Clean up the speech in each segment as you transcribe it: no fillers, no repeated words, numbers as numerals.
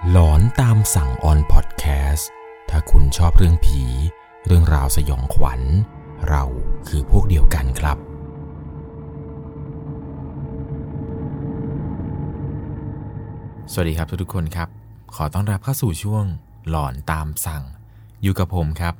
หลอนตามสั่งออนพอดแคสต์ถ้าคุณชอบเรื่องผีเรื่องราวสยองขวัญเราคือพวกเดียวกันครับสวัสดีครับทุกคนครับขอต้อนรับเข้าสู่ช่วงหลอนตามสั่งอยู่กับผมครับ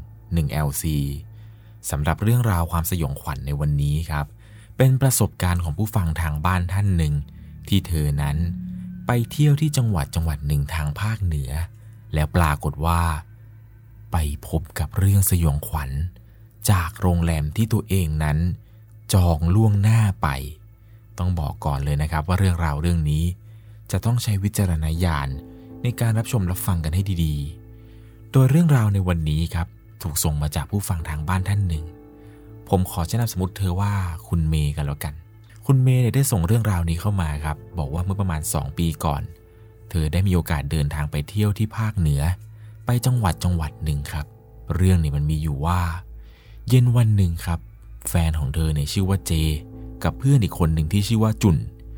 1 LC สำหรับเรื่องราวความสยองขวัญในวันนี้ครับเป็นประสบการณ์ของผู้ฟังทางบ้านท่านหนึ่งที่เธอนั้นไปเที่ยวที่จังหวัดหนึ่งทางภาคเหนือแล้วปรากฏว่าไปพบกับเรื่องสยองขวัญจากโรงแรมที่ตัวเองนั้นจองล่วงหน้าไปต้องบอกก่อนเลยนะครับว่าเรื่องราวเรื่องนี้จะต้องใช้วิจารณญาณในการรับชมรับฟังกันให้ดีๆโดยเรื่องราวในวันนี้ครับถูกส่งมาจากผู้ฟังทางบ้านท่านหนึ่งผมขอใช้นามสมมุติเธอว่าคุณเมย์กันแล้วกันคุณเมย์ได้ส่งเรื่องราวนี้เข้ามาครับบอกว่าเมื่อประมาณ2 ปีก่อนเธอได้มีโอกาสเดินทางไปเที่ยวที่ภาคเหนือไปจังหวัดหนึ่งครับเรื่องนี้มันมีอยู่ว่าเย็นวันหนึ่งครับแฟนของเธอเนี่ยชื่อว่าเจกับเพื่อนอีกคนหนึ่งที่ชื่อว่าจุน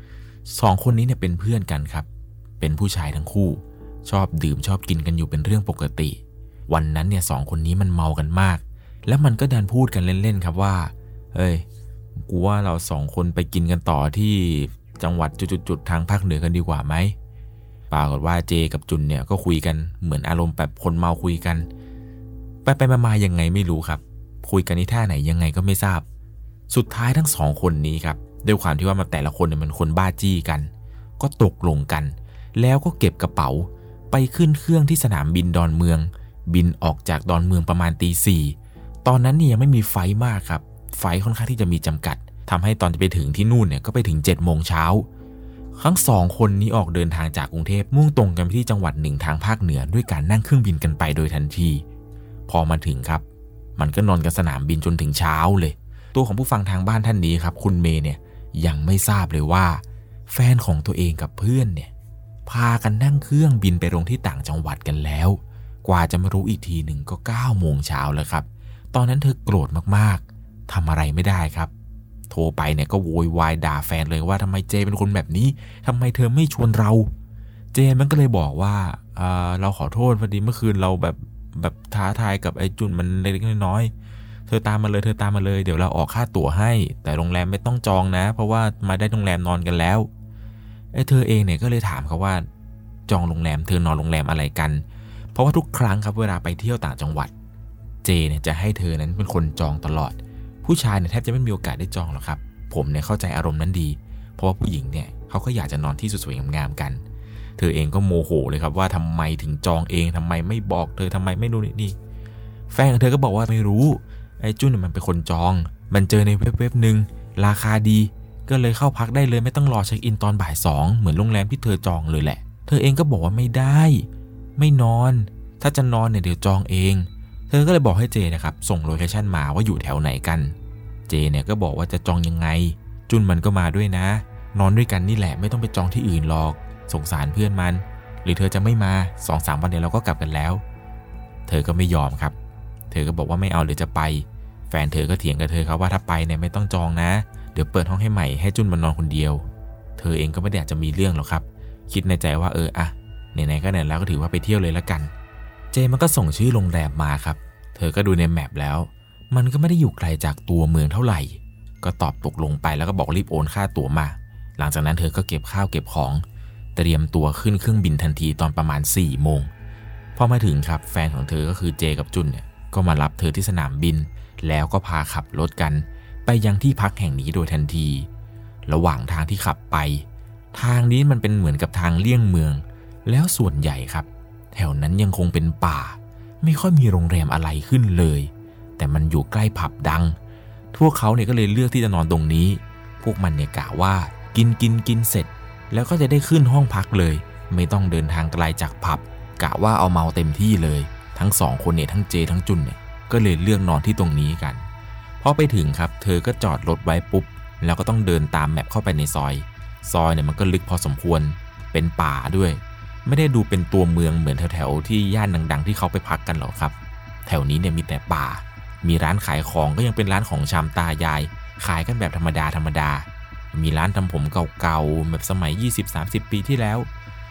2 คนนี้เนี่ยเป็นเพื่อนกันครับเป็นผู้ชายทั้งคู่ชอบดื่มชอบกินกันอยู่เป็นเรื่องปกติวันนั้นเนี่ย2 คนนี้มันเมากันมากแล้วมันก็ดันพูดกันเล่นๆครับว่าเฮ้ยกูว่าเรา2 คนไปกินกันต่อที่จังหวัดจุดๆทางภาคเหนือกันดีกว่าไหมปรากฏว่าเจกับจุนเนี่ยก็คุยกันเหมือนอารมณ์แบบคนเมาคุยกันไปมายังไงไม่รู้ครับคุยกันในท่าไหนยังไงก็ไม่ทราบสุดท้ายทั้ง2 คนนี้ครับด้วยความที่ว่ามันแต่ละคนเนี่ยมันคนบ้าจี้กันก็ตกลงกันแล้วก็เก็บกระเป๋าไปขึ้นเครื่องที่สนามบินดอนเมืองบินออกจากดอนเมืองประมาณตี 4ตอนนั้นเนี่ยยังไม่มีไฟล์มากครับไฟล์ค่อนข้างที่จะมีจำกัดทำให้ตอนจะไปถึงที่นู่นเนี่ยก็ไปถึง7 โมงเช้าทั้ง2 คนนี้ออกเดินทางจากกรุงเทพมุ่งตรงกันไปที่จังหวัด1ทางภาคเหนือด้วยการนั่งเครื่องบินกันไปโดยทันทีพอมาถึงครับมันก็นอนกันสนามบินจนถึงเช้าเลยตัวของผู้ฟังทางบ้านท่านนี้ครับคุณเมย์เนี่ยยังไม่ทราบเลยว่าแฟนของตัวเองกับเพื่อนเนี่ยพากันนั่งเครื่องบินไปลงที่ต่างจังหวัดกันแล้วกว่าจะมารู้อีกทีหนึ่งก็9 โมงเช้าแล้วครับตอนนั้นเธอโกรธมากๆทำอะไรไม่ได้ครับโทรไปเนี่ยก็โวยวายด่าแฟนเลยว่าทำไมเจเป็นคนแบบนี้ทำไมเธอไม่ชวนเราเจมันก็เลยบอกว่าเราขอโทษพอดีเมื่อคืนเราแบบท้าทายกับไอ้จุนมันเล็กๆน้อยๆเธอตามมาเลยเดี๋ยวเราออกค่าตั๋วให้แต่โรงแรมไม่ต้องจองนะเพราะว่ามาได้โรงแรมนอนกันแล้วไอ้เธอเองเนี่ยก็เลยถามเขาว่าจองโรงแรมเธอนอนโรงแรมอะไรกันเพราะว่าทุกครั้งครับเวลาไปเที่ยวต่างจังหวัดเจเนี่ยจะให้เธอนั้นเป็นคนจองตลอดผู้ชายเนี่ยแทบจะไม่มีโอกาสได้จองหรอกครับผมเนี่ยเข้าใจอารมณ์นั้นดีเพราะว่าผู้หญิงเนี่ยเขาก็อยากจะนอนที่สวยๆงามๆกันเธอเองก็โมโหเลยครับว่าทำไมถึงจองเองทำไมไม่บอกเธอทำไมไม่รู้นี่แฟนของเธอก็บอกว่าไม่รู้ไอ้จุ้นมันเป็นคนจองมันเจอในเว็บนึงราคาดีก็เลยเข้าพักได้เลยไม่ต้องรอเช็คอินตอนบ่าย 2เหมือนโรงแรมที่เธอจองเลยแหละเธอเองก็บอกว่าไม่ได้ไม่นอนถ้าจะนอนเนี่ยเดี๋ยวจองเองเธอก็เลยบอกให้เจนะครับส่งโลเคชั่นมาว่าอยู่แถวไหนกันเจเนี่ยก็บอกว่าจะจองยังไงจุนมันก็มาด้วยนะนอนด้วยกันนี่แหละไม่ต้องไปจองที่อื่นหรอกสงสารเพื่อนมันหรือเธอจะไม่มา 2-3 วันเดียวเราก็กลับกันแล้วเธอก็ไม่ยอมครับเธอก็บอกว่าไม่เอาหรือจะไปแฟนเธอก็เถียงกับเธอครับว่าถ้าไปเนี่ยไม่ต้องจองนะเดี๋ยวเปิดห้องให้ใหม่ให้จุนมันนอนคนเดียวเธอเองก็ไม่ได้อยากจะมีเรื่องหรอกครับคิดในใจว่าไหนๆก็ไหนแล้วก็ถือว่าไปเที่ยวเลยละกันเจมันก็ส่งชื่อโรงแรมมาครับเธอก็ดูในแมปแล้วมันก็ไม่ได้อยู่ไกลจากตัวเมืองเท่าไหร่ก็ตอบตกลงไปแล้วก็บอกรีบโอนค่าตั๋วมาหลังจากนั้นเธอก็เก็บข้าวเก็บของเตรียมตัวขึ้นเครื่องบินทันทีตอนประมาณ4 โมงพอมาถึงครับแฟนของเธอก็คือเจกับจุนเนี่ยก็มารับเธอที่สนามบินแล้วก็พาขับรถกันไปยังที่พักแห่งนี้โดยทันทีระหว่างทางที่ขับไปทางนี้มันเป็นเหมือนกับทางเลี่ยงเมืองแล้วส่วนใหญ่ครับแถวนั้นยังคงเป็นป่าไม่ค่อยมีโรงแรมอะไรขึ้นเลยแต่มันอยู่ใกล้ผับดังพวกเขาเนี่ยก็เลยเลือกที่จะนอนตรงนี้พวกมันเนี่ยกะว่ากินเสร็จแล้วก็จะได้ขึ้นห้องพักเลยไม่ต้องเดินทางไกลจากผับกะว่าเอาเมาเต็มที่เลยทั้ง2 คนเนี่ยทั้งเจทั้งจุนเนี่ยก็เลยเลือกนอนที่ตรงนี้กันพอไปถึงครับเธอก็จอดรถไว้ปุ๊บแล้วก็ต้องเดินตามแมพเข้าไปในซอยเนี่ยมันก็ลึกพอสมควรเป็นป่าด้วยไม่ได้ดูเป็นตัวเมืองเหมือนแถวๆที่ย่านดังๆที่เขาไปพักกันหรอกครับแถวนี้เนี่ยมีแต่ป่ามีร้านขายของก็ยังเป็นร้านของชำตายายขายกันแบบธรรมดามีร้านทำผมเก่าๆแบบสมัย 20-30 ปีที่แล้ว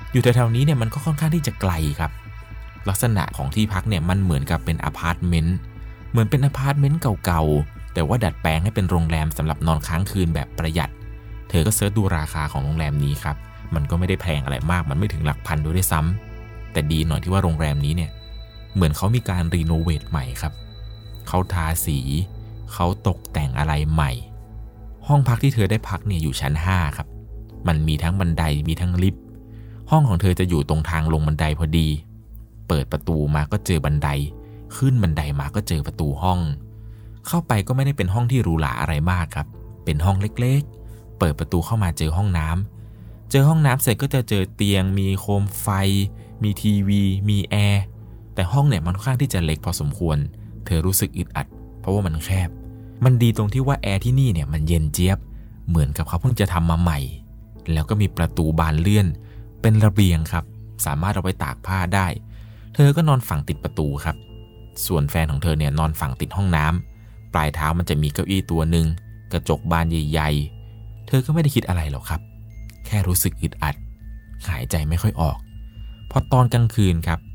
อยู่แถวๆนี้เนี่ยมันก็ค่อนข้างที่จะไกลครับลักษณะของที่พักเนี่ยมันเหมือนกับเป็นอพาร์ตเมนต์เก่าๆแต่ว่าดัดแปลงให้เป็นโรงแรมสำหรับนอนค้างคืนแบบประหยัดเธอก็เสิร์ชดูราคาของโรงแรมนี้ครับมันก็ไม่ได้แพงอะไรมากมันไม่ถึงหลักพันด้วยซ้ำแต่ดีหน่อยที่ว่าโรงแรมนี้เนี่ยเหมือนเขามีการรีโนเวทใหม่ครับเขาทาสีเขาตกแต่งอะไรใหม่ห้องพักที่เธอได้พักเนี่ยอยู่ชั้น5ครับมันมีทั้งบันไดมีทั้งลิฟต์ห้องของเธอจะอยู่ตรงทางลงบันไดพอดีเปิดประตูมาก็เจอบันไดขึ้นบันไดมาก็เจอประตูห้องเข้าไปก็ไม่ได้เป็นห้องที่หรูหราอะไรมากครับเป็นห้องเล็กๆเปิดประตูเข้ามาเจอห้องน้ำเสร็จก็จะเจอเตียงมีโคมไฟมีทีวีมีแอร์แต่ห้องเนี่ยมันค่อนข้างที่จะเล็กพอสมควรเธอรู้สึกอึดอัดเพราะว่ามันแคบมันดีตรงที่ว่าแอร์ที่นี่เนี่ยมันเย็นเจี๊ยบเหมือนกับเขาเพิ่งจะทำมาใหม่แล้วก็มีประตูบานเลื่อนเป็นระเบียงครับสามารถเอาไว้ตากผ้าได้เธอก็นอนฝั่งติดประตูครับส่วนแฟนของเธอเนี่ยนอนฝั่งติดห้องน้ำปลายเท้ามันจะมีเก้าอี้ตัวหนึ่งกระจกบานใหญ่ๆเธอก็ไม่ได้คิดอะไรหรอกครับแค่รู้สึกอึดอัดหายใจไม่ค่อยออกพอตอนกลางคืนครับ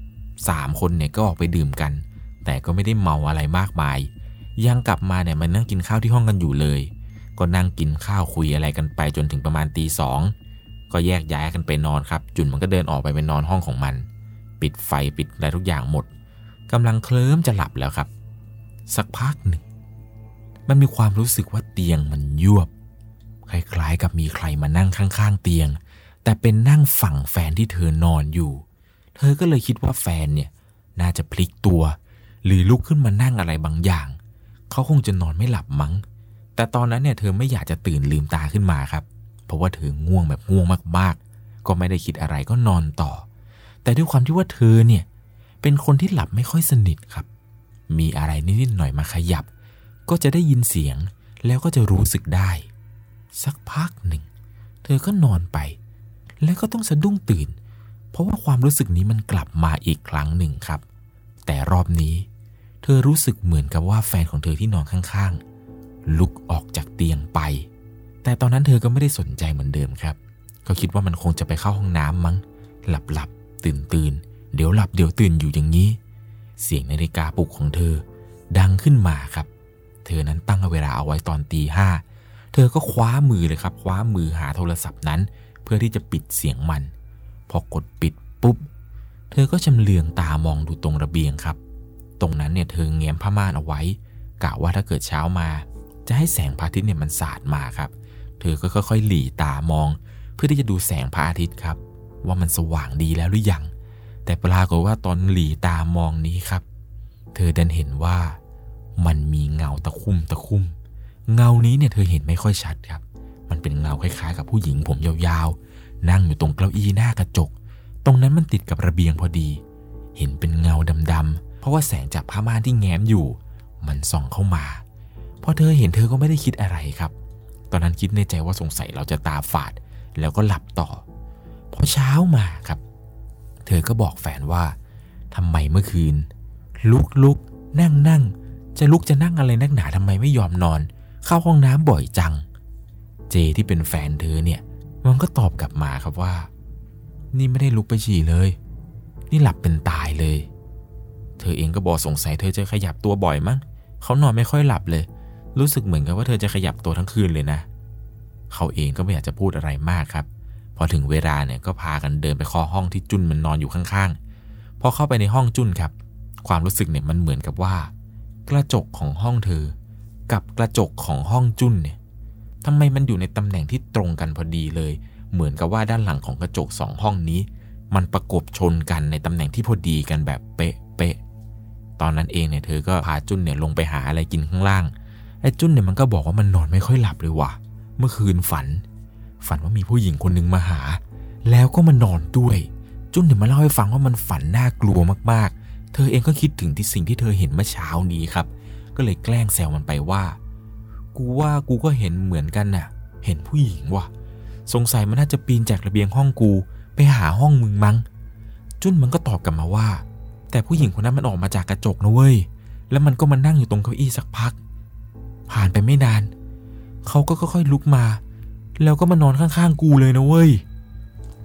3 คนเนี่ยก็ออกไปดื่มกันแต่ก็ไม่ได้เมาอะไรมากมายยังกลับมาเนี่ยมันนั่งกินข้าวที่ห้องกันอยู่เลยก็นั่งกินข้าวคุยอะไรกันไปจนถึงประมาณตี 2ก็แยกย้ายกันไปนอนครับจุนมันก็เดินออกไปนอนห้องของมันปิดไฟปิดอะไรทุกอย่างหมดกำลังเคลิ้มจะหลับแล้วครับสักพักหนึ่งมันมีความรู้สึกว่าเตียงมันยวบคล้ายๆกับมีใครมานั่งข้างๆเตียงแต่เป็นนั่งฝั่งแฟนที่เธอนอนอยู่เธอก็เลยคิดว่าแฟนเนี่ยน่าจะพลิกตัวหรือลุกขึ้นมานั่งอะไรบางอย่างเขาคงจะนอนไม่หลับมั้งแต่ตอนนั้นเนี่ยเธอไม่อยากจะตื่นลืมตาขึ้นมาครับเพราะว่าเธอง่วงแบบง่วงมากๆก็ไม่ได้คิดอะไรก็นอนต่อแต่ด้วยความที่ว่าเธอเนี่ยเป็นคนที่หลับไม่ค่อยสนิทครับมีอะไรนิดๆหน่อยมาขยับก็จะได้ยินเสียงแล้วก็จะรู้สึกได้สักพักหนึ่งเธอก็นอนไปแล้วก็ต้องสะดุ้งตื่นเพราะว่าความรู้สึกนี้มันกลับมาอีกครั้งหนึ่งครับแต่รอบนี้เธอรู้สึกเหมือนกับว่าแฟนของเธอที่นอนข้างๆลุกออกจากเตียงไปแต่ตอนนั้นเธอก็ไม่ได้สนใจเหมือนเดิมครับก็คิดว่ามันคงจะไปเข้าห้องน้ำมั้งหลับตื่นเดี๋ยวหลับเดี๋ยวตื่นอยู่อย่างนี้เสียงนาฬิกาปลุกของเธอดังขึ้นมาครับเธอนั้นตั้งเวลาเอาไว้ตอนตี 5เธอก็คว้ามือเลยครับคว้ามือหาโทรศัพท์นั้นเพื่อที่จะปิดเสียงมันพอกดปิดปุ๊บเธอก็ชำเลืองตามองดูตรงระเบียงครับตรงนั้นเนี่ยเธอแง้มผ้าม่านเอาไว้กะว่าถ้าเกิดเช้ามาจะให้แสงพระอาทิตย์เนี่ยมันสาดมาครับเธอก็ค่อยๆหลีตามองเพื่อที่จะดูแสงพระอาทิตย์ครับว่ามันสว่างดีแล้วหรือยังแต่ปรากฏว่าตอนหลีตามองนี้ครับเธอดันเห็นว่ามันมีเงาตะคุ่มเงานี้เนี่ยเธอเห็นไม่ค่อยชัดครับมันเป็นเงาคล้ายๆกับผู้หญิงผมยาวๆนั่งอยู่ตรงเก้าอี้หน้ากระจกตรงนั้นมันติดกับระเบียงพอดีเห็นเป็นเงาดำๆเพราะว่าแสงจากผ้าม่านที่แง้มอยู่มันส่องเข้ามาพอเธอเห็นเธอก็ไม่ได้คิดอะไรครับตอนนั้นคิดในใจว่าสงสัยเราจะตาฝาดแล้วก็หลับต่อพอเช้ามาครับเธอก็บอกแฟนว่าทำไมเมื่อคืนลุกนั่งจะลุกจะนั่งอะไรนักหนาทำไมไม่ยอมนอนเข้าห้องน้ำบ่อยจังเจที่เป็นแฟนเธอเนี่ยมันก็ตอบกลับมาครับว่านี่ไม่ได้ลุกไปฉี่เลยนี่หลับเป็นตายเลยเธอเองก็บอกสงสัยเธอจะขยับตัวบ่อยมั้งเขานอนไม่ค่อยหลับเลยรู้สึกเหมือนกับว่าเธอจะขยับตัวทั้งคืนเลยนะเขาเองก็ไม่อยากจะพูดอะไรมากครับพอถึงเวลาเนี่ยก็พากันเดินไปเคาะห้องที่จุ้นมันนอนอยู่ข้างๆพอเข้าไปในห้องจุ้นครับความรู้สึกเนี่ยมันเหมือนกับว่ากระจกของห้องเธอกับกระจกของห้องจุ้นเนี่ยทำไมมันอยู่ในตำแหน่งที่ตรงกันพอดีเลยเหมือนกับว่าด้านหลังของกระจก2ห้องนี้มันประกบชนกันในตำแหน่งที่พอดีกันแบบเป๊ะตอนนั้นเองเนี่ยเธอก็พาจุ้นเนี่ยลงไปหาอะไรกินข้างล่างไอ้จุ้นเนี่ยมันก็บอกว่ามันนอนไม่ค่อยหลับเลยว่ะเมื่อคืนฝันว่ามีผู้หญิงคนหนึ่งมาหาแล้วก็มานอนด้วยจุ้นเนี่ยมาเล่าให้ฟังว่ามันฝันน่ากลัวมากๆเธอเองก็คิดถึงที่สิ่งที่เธอเห็นเมื่อเช้านี้ครับก็เลยแกล้งแซวมันไปว่ากูก็เห็นเหมือนกันน่ะเห็นผู้หญิงว่ะสงสัยมันน่าจะปีนจากระเบียงห้องกูไปหาห้องมึงมั้งจุ้นมันก็ตอบกลับมาว่าแต่ผู้หญิงคนนั้นมันออกมาจากกระจกนะเว้ยแล้วมันก็มานั่งอยู่ตรงเก้าอี้สักพักผ่านไปไม่นานเขาก็ค่อยๆลุกมาแล้วก็มานอนข้างๆกูเลยนะเว้ย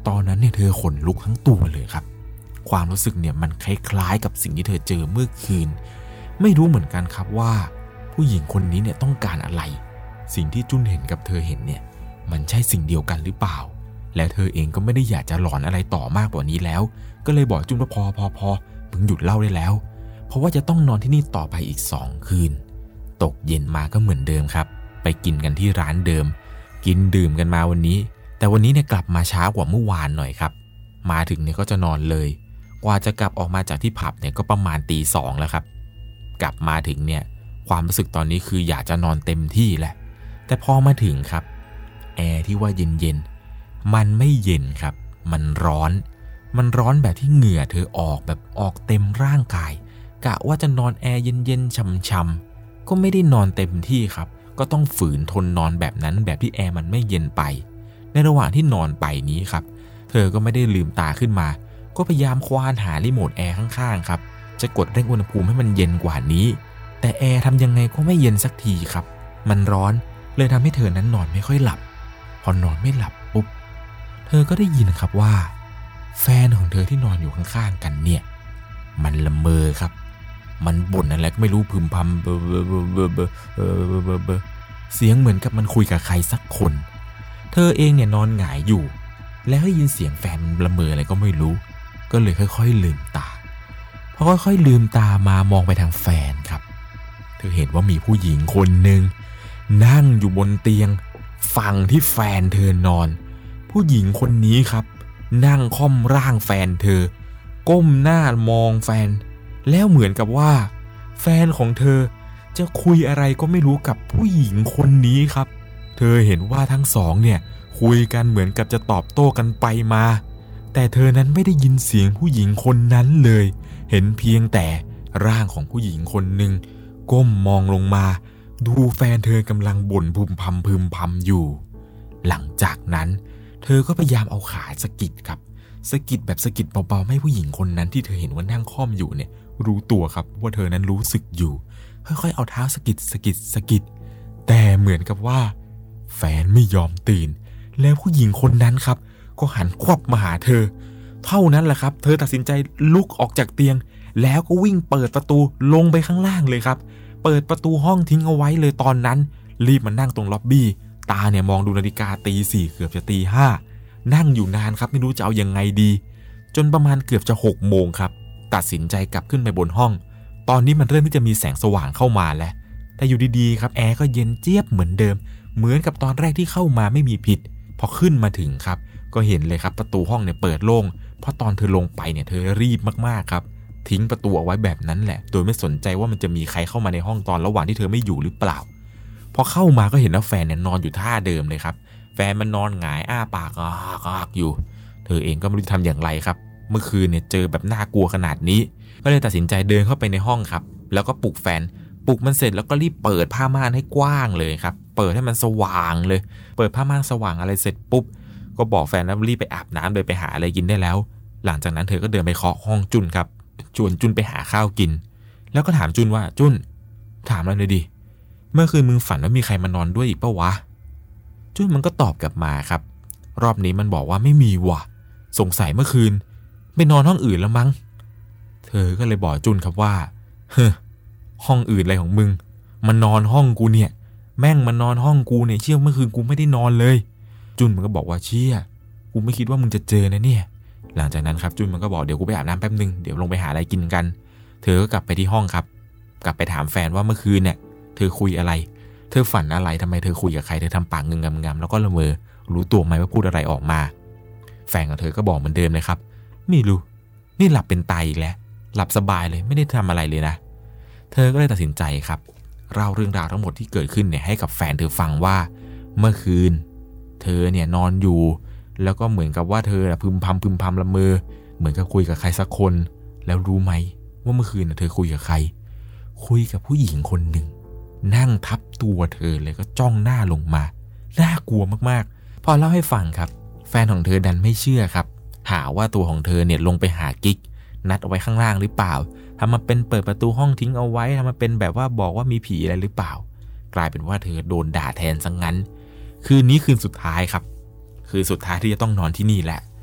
ตอนนั้นเนี่ยเธอขนลุกทั้งตัวเลยครับความรู้สึกเนี่ยมันคล้ายๆกับสิ่งที่เธอเจอเมื่อคืนไม่รู้เหมือนกันครับว่าผู้หญิงคนนี้เนี่ยต้องการอะไรสิ่งที่จุนเห็นกับเธอเห็นเนี่ยมันใช่สิ่งเดียวกันหรือเปล่าและเธอเองก็ไม่ได้อยากจะหลอนอะไรต่อมากกว่านี้แล้วก็เลยบอกจุนว่าพอมึงหยุดเล่าได้แล้วเพราะว่าจะต้องนอนที่นี่ต่อไปอีก2 คืนตกเย็นมาก็เหมือนเดิมครับไปกินกันที่ร้านเดิมกินดื่มกันมาวันนี้แต่วันนี้เนี่ยกลับมาช้ากว่าเมื่อวานหน่อยครับมาถึงเนี่ยก็จะนอนเลยกว่าจะกลับออกมาจากที่ผับเนี่ยก็ประมาณตี 2แล้วครับกลับมาถึงเนี่ยความรู้สึกตอนนี้คืออยากจะนอนเต็มที่แหละแต่พอมาถึงครับแอร์ที่ว่าเย็นมันไม่เย็นครับมันร้อนแบบที่เหงื่อเธอออกแบบออกเต็มร่างกายกะว่าจะนอนแอร์เย็นๆช่ำๆก็ไม่ได้นอนเต็มที่ครับก็ต้องฝืนทนนอนแบบนั้นแบบที่แอร์มันไม่เย็นไปในระหว่างที่นอนไปนี้ครับเธอก็ไม่ได้ลืมตาขึ้นมาก็พยายามควานหารีโมทแอร์ข้างๆครับจะกดเร่งอุณหภูมิให้มันเย็นกว่านี้แต่แอร์ทำยังไงก็ไม่เย็นสักทีครับมันร้อนเลยทำให้เธอนั้นนอนไม่ค่อยหลับพอนอนไม่หลับปุ๊บเธอก็ได้ยินครับว่าแฟนของเธอที่นอนอยู่ข้างๆกันเนี่ยมันละเมอครับมันบ่นอะไรก็ไม่รู้พึมพำเบอเสียงเหมือนกับมันคุยกับใครสักคนเธอเองเนี่ยนอนหงายอยู่แล้วได้ยินเสียงแฟนมันละเมออะไรก็ไม่รู้ก็เลยค่อยๆลืมตาพอค่อยๆลืมตามามองไปทางแฟนครับเธอเห็นว่ามีผู้หญิงคนหนึ่งนั่งอยู่บนเตียงฝั่งที่แฟนเธอนอนผู้หญิงคนนี้ครับนั่งค่อมร่างแฟนเธอก้มหน้ามองแฟนแล้วเหมือนกับว่าแฟนของเธอจะคุยอะไรก็ไม่รู้กับผู้หญิงคนนี้ครับเธอเห็นว่าทั้งสองเนี่ยคุยกันเหมือนกับจะตอบโต้กันไปมาแต่เธอนั้นไม่ได้ยินเสียงผู้หญิงคนนั้นเลยเห็นเพียงแต่ร่างของผู้หญิงคนหนึ่งก้มมองลงมาดูแฟนเธอกำลังบ่นพึมพำอยู่หลังจากนั้นเธอก็พยายามเอาขาสะกิดครับสะกิดแบบสะกิดเบาๆให้ผู้หญิงคนนั้นที่เธอเห็นว่านั่งค่อมอยู่เนี่ยรู้ตัวครับว่าเธอนั้นรู้สึกอยู่ค่อยๆเอาเท้าสะกิดแต่เหมือนกับว่าแฟนไม่ยอมตื่นแล้วผู้หญิงคนนั้นครับก็หันควับมาหาเธอเท่านั้นแหละครับเธอตัดสินใจลุกออกจากเตียงแล้วก็วิ่งเปิดประตูลงไปข้างล่างเลยครับเปิดประตูห้องทิ้งเอาไว้เลยตอนนั้นรีบมานั่งตรงล็อบบี้ตาเนี่ยมองดูนาฬิกาตี 4เกือบจะตี 5นั่งอยู่นานครับไม่รู้จะเอายังไงดีจนประมาณเกือบจะ6 โมงครับตัดสินใจกลับขึ้นไปบนห้องตอนนี้มันเริ่มที่จะมีแสงสว่างเข้ามาแล้วแต่อยู่ดีๆครับแอร์ก็เย็นเจี๊ยบเหมือนเดิมเหมือนกับตอนแรกที่เข้ามาไม่มีผิดพอขึ้นมาถึงครับก็เห็นเลยครับประตูห้องเนี่ยเปิดโล่งเพราะตอนเธอลงไปเนี่ยเธอรีบมากๆครับทิ้งประตูเอาไว้แบบนั้นแหละโดยไม่สนใจว่ามันจะมีใครเข้ามาในห้องตอนระหว่างที่เธอไม่อยู่หรือเปล่าพอเข้ามาก็เห็นว่าแฟนเนี่ยนอนอยู่ท่าเดิมเลยครับแฟนมันนอนหงายอ้าปากอยู่เธอเองก็ไม่รู้จะทำอย่างไรครับเมื่อคืนเนี่ยเจอแบบน่ากลัวขนาดนี้ก็เลยตัดสินใจเดินเข้าไปในห้องครับแล้วก็ปลุกแฟนปลุกมันเสร็จแล้วก็รีบเปิดผ้าม่านให้กว้างเลยครับเปิดให้มันสว่างเลยเปิดผ้าม่านสว่างอะไรเสร็จปุ๊บก็บอกแฟนแล้วรีบไปอาบน้ำเลยไปหาอะไรกินได้แล้วหลังจากนั้นเธอก็เดินไปเคาะห้องจุนครับชวนจุนไปหาข้าวกินแล้วก็ถามจุนว่าจุนถามเราเลยดิเมื่อคืนมึงฝันว่ามีใครมานอนด้วยอีกปะวะจุนมันก็ตอบกลับมาครับรอบนี้มันบอกว่าไม่มีว่ะสงสัยเมื่อคืนไปนอนห้องอื่นแล้วมั้งเธอก็เลยบอกจุนครับว่าเฮ้อห้องอื่นอะไรของมึงมันนอนห้องกูเนี่ยแม่งมันนอนห้องกูเนี่ยเชี่ยเมื่อคืนกูไม่ได้นอนเลยจุนมันก็บอกว่าเชี่ยกูไม่คิดว่ามึงจะเจอนะเนี่ยหลังจากนั้นครับจุนมันก็บอกเดี๋ยวกูไปอาบน้ำแป๊บนึงเดี๋ยวลงไปหาอะไรกินกันเธอก็กลับไปที่ห้องครับกลับไปถามแฟนว่าเมื่อคืนเนี่ยเธอคุยอะไรเธอฝันอะไรทำไมเธอคุยกับใครเธอทำปากงำๆแล้วก็ละเมอรู้ตัวไหมว่าพูดอะไรออกมาแฟนของเธอก็บอกเหมือนเดิมเลยครับไม่รู้นี่หลับเป็นตายอีกแล้วหลับสบายเลยไม่ได้ทำอะไรเลยนะเธอก็เลยตัดสินใจครับเล่าเรื่องราวทั้งหมดที่เกิดขึ้นเนี่ยให้กับแฟนเธอฟังว่าเมื่อคืนเธอเนี่ยนอนอยู่แล้วก็เหมือนกับว่าเธอพึมพำละเมอเหมือนกับคุยกับใครสักคนแล้วรู้ไหมว่าเมื่อคืนเธอคุยกับใครคุยกับผู้หญิงคนหนึ่งนั่งทับตัวเธอเลยก็จ้องหน้าลงมาน่ากลัวมากๆพอเล่าให้ฟังครับแฟนของเธอดันไม่เชื่อครับหาว่าตัวของเธอเนี่ยลงไปหากิ๊กนัดเอาไว้ข้างล่างหรือเปล่าทำมาเป็นเปิดประตูห้องทิ้งเอาไว้ทำมาเป็นแบบว่าบอกว่ามีผีอะไรหรือเปล่ากลายเป็นว่าเธอโดนด่าแทนซะงั้นคืนนี้คืนสุดท้ายครับคือสุดท้ายที่จะต้องนอนที่นี่แหละ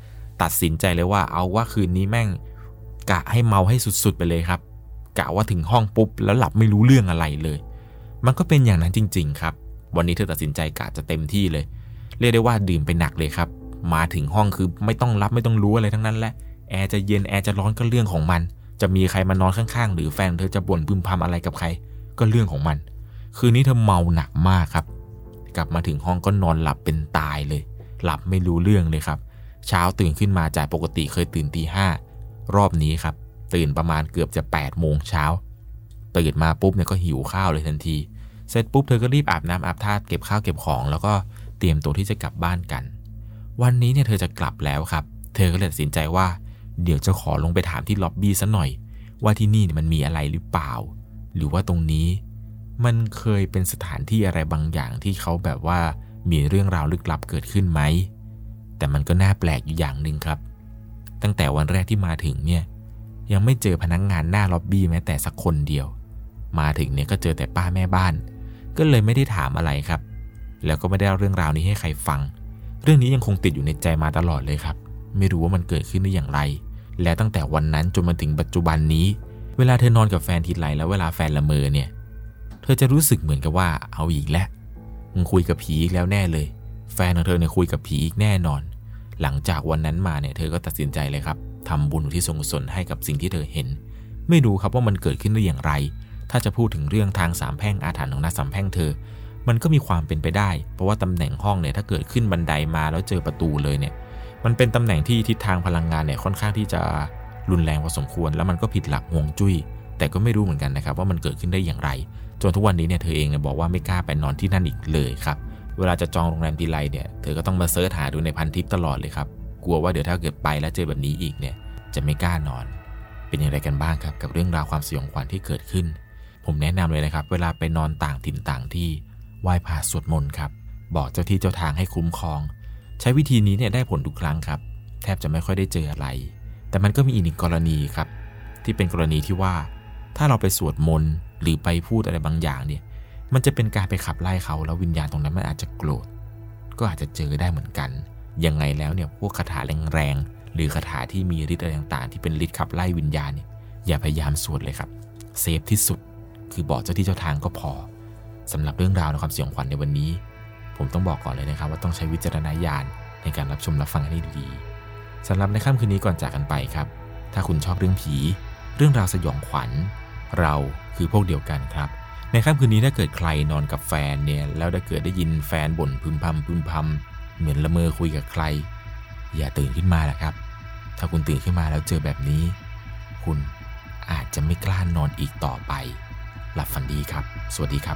ตัดสินใจเลยว่าเอาว่าคืนนี้แม่งกะให้เมาให้สุดๆไปเลยครับกะว่าถึงห้องปุ๊บแล้วหลับไม่รู้เรื่องอะไรเลยมันก็เป็นอย่างนั้นจริงๆครับวันนี้เธอตัดสินใจกะจะเต็มที่เลยเรียกได้ว่าดื่มไปหนักเลยครับมาถึงห้องคือไม่ต้องรับไม่ต้องรู้อะไรทั้งนั้นแหละแอร์จะเย็นแอร์จะร้อนก็เรื่องของมันจะมีใครมานอนข้างๆหรือแฟนเธอจะบ่นพึมพำอะไรกับใครก็เรื่องของมันคืนนี้เธอเมาหนักมากครับกลับมาถึงห้องก็นอนหลับเป็นตายเลยหลับไม่รู้เรื่องเลยครับเช้าตื่นขึ้นมาจากปกติเคยตื่นตี 5รอบนี้ครับตื่นประมาณเกือบจะ8 โมงเช้าตื่นมาปุ๊บเนี่ยก็หิวข้าวเลยทันทีเสร็จปุ๊บเธอก็รีบอาบน้ำอาบท่าเก็บข้าวเก็บของแล้วก็เตรียมตัวที่จะกลับบ้านกันวันนี้เนี่ยเธอจะกลับแล้วครับเธอก็เลยตัดสินใจว่าเดี๋ยวจะขอลงไปถามที่ล็อบบี้ซะหน่อยว่าที่นี่มันมีอะไรหรือเปล่าหรือว่าตรงนี้มันเคยเป็นสถานที่อะไรบางอย่างที่เขาแบบว่ามีเรื่องราวลึกลับเกิดขึ้นไหมแต่มันก็น่าแปลกอยู่อย่างหนึ่งครับตั้งแต่วันแรกที่มาถึงเนี่ยยังไม่เจอพนักงานหน้าล็อบบี้แม้แต่สักคนเดียวมาถึงเนี่ยก็เจอแต่ป้าแม่บ้านก็เลยไม่ได้ถามอะไรครับแล้วก็ไม่ได้เล่าเรื่องราวนี้ให้ใครฟังเรื่องนี้ยังคงติดอยู่ในใจมาตลอดเลยครับไม่รู้ว่ามันเกิดขึ้นได้อย่างไรและตั้งแต่วันนั้นจนมาถึงปัจจุบันนี้เวลาเธอนอนกับแฟนทีไรแล้วเวลาแฟนละเมอเนี่ยเธอจะรู้สึกเหมือนกับว่าเอาอีกแล้วมึงคุยกับผีอีกแล้วแน่เลยแฟนของเธอเนี่ยคุยกับผีอีกแน่นอนหลังจากวันนั้นมาเนี่ยเธอก็ตัดสินใจเลยครับทำบุญอุทิศส่วนกุศลให้กับสิ่งที่เธอเห็นไม่รู้ครับว่ามันเกิดขึ้นได้อย่างไรถ้าจะพูดถึงเรื่องทางสามแพร่งอาถรรพ์ของนักสามแพร่งเธอมันก็มีความเป็นไปได้เพราะว่าตำแหน่งห้องเนี่ยถ้าเกิดขึ้นบันไดมาแล้วเจอประตูเลยเนี่ยมันเป็นตำแหน่งที่ทิศทางพลังงานเนี่ยค่อนข้างที่จะรุนแรงพอสมควรแล้วมันก็ผิดหลักฮวงจุ้ยแต่ก็ไม่รู้เหมือนกันนะครับว่ามันเกิดขึ้นได้อย่างไรจนทุกวันนี้เนี่ยเธอเองเนี่ยบอกว่าไม่กล้าไปนอนที่นั่นอีกเลยครับเวลาจะจองโรงแรมทีไรเนี่ยเธอก็ต้องมาเสิร์ชหาดูในพันทิปตลอดเลยครับกลัวว่าเดี๋ยวถ้าเกิดไปแล้วเจอแบบนี้อีกเนี่ยจะไม่กล้านอนเป็นอย่างไรกันบ้างครับกับเรื่องราวความสยองขวัญที่เกิดขึ้นผมแนะนำเลยนะครับเวลาไปนอนต่างถิ่นต่างที่ไหว้พระสวดมนต์ครับบอกเจ้าที่เจ้าทางให้คุ้มครองใช้วิธีนี้เนี่ยได้ผลทุกครั้งครับแทบจะไม่ค่อยได้เจออะไรแต่มันก็มีอีกหนึ่งกรณีครับที่เป็นกรณีที่ว่าถ้าเราไปสวดมนต์หรือไปพูดอะไรบางอย่างเนี่ยมันจะเป็นการไปขับไล่เขาแล้ววิญญาณตรงนั้นมันอาจจะโกรธก็อาจจะเจอได้เหมือนกันยังไงแล้วเนี่ยพวกคาถาแรงๆหรือคาถาที่มีฤทธิ์อะไรต่างๆที่เป็นฤทธิ์ขับไล่วิญญาณเนี่ยอย่าพยายามสวดเลยครับเซฟที่สุดคือบอกเจ้าที่เจ้าทางก็พอสำหรับเรื่องราวในความสยองขวัญในวันนี้ผมต้องบอกก่อนเลยนะครับว่าต้องใช้วิจารณญาณในการรับชมรับฟังให้ดีสำหรับในค่ำคืนนี้ก่อนจากกันไปครับถ้าคุณชอบเรื่องผีเรื่องราวสยองขวัญเราคือพวกเดียวกันครับในค่ำคืนนี้ถ้าเกิดใครนอนกับแฟนเนี่ยแล้วถ้าเกิดได้ยินแฟนบ่นพึมพำเหมือนละเมอคุยกับใครอย่าตื่นขึ้นมาแหละครับถ้าคุณตื่นขึ้นมาแล้วเจอแบบนี้คุณอาจจะไม่กล้านอนอีกต่อไปหลับฝันดีครับสวัสดีครับ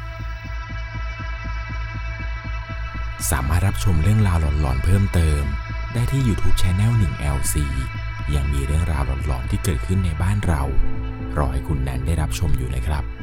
สามารถรับชมเรื่องราวหลอนๆเพิ่มเติมได้ที่ YouTube Channel 1LC ยังมีเรื่องราวหลอนๆที่เกิดขึ้นในบ้านเรารอให้คุณนั้นได้รับชมอยู่เลยครับ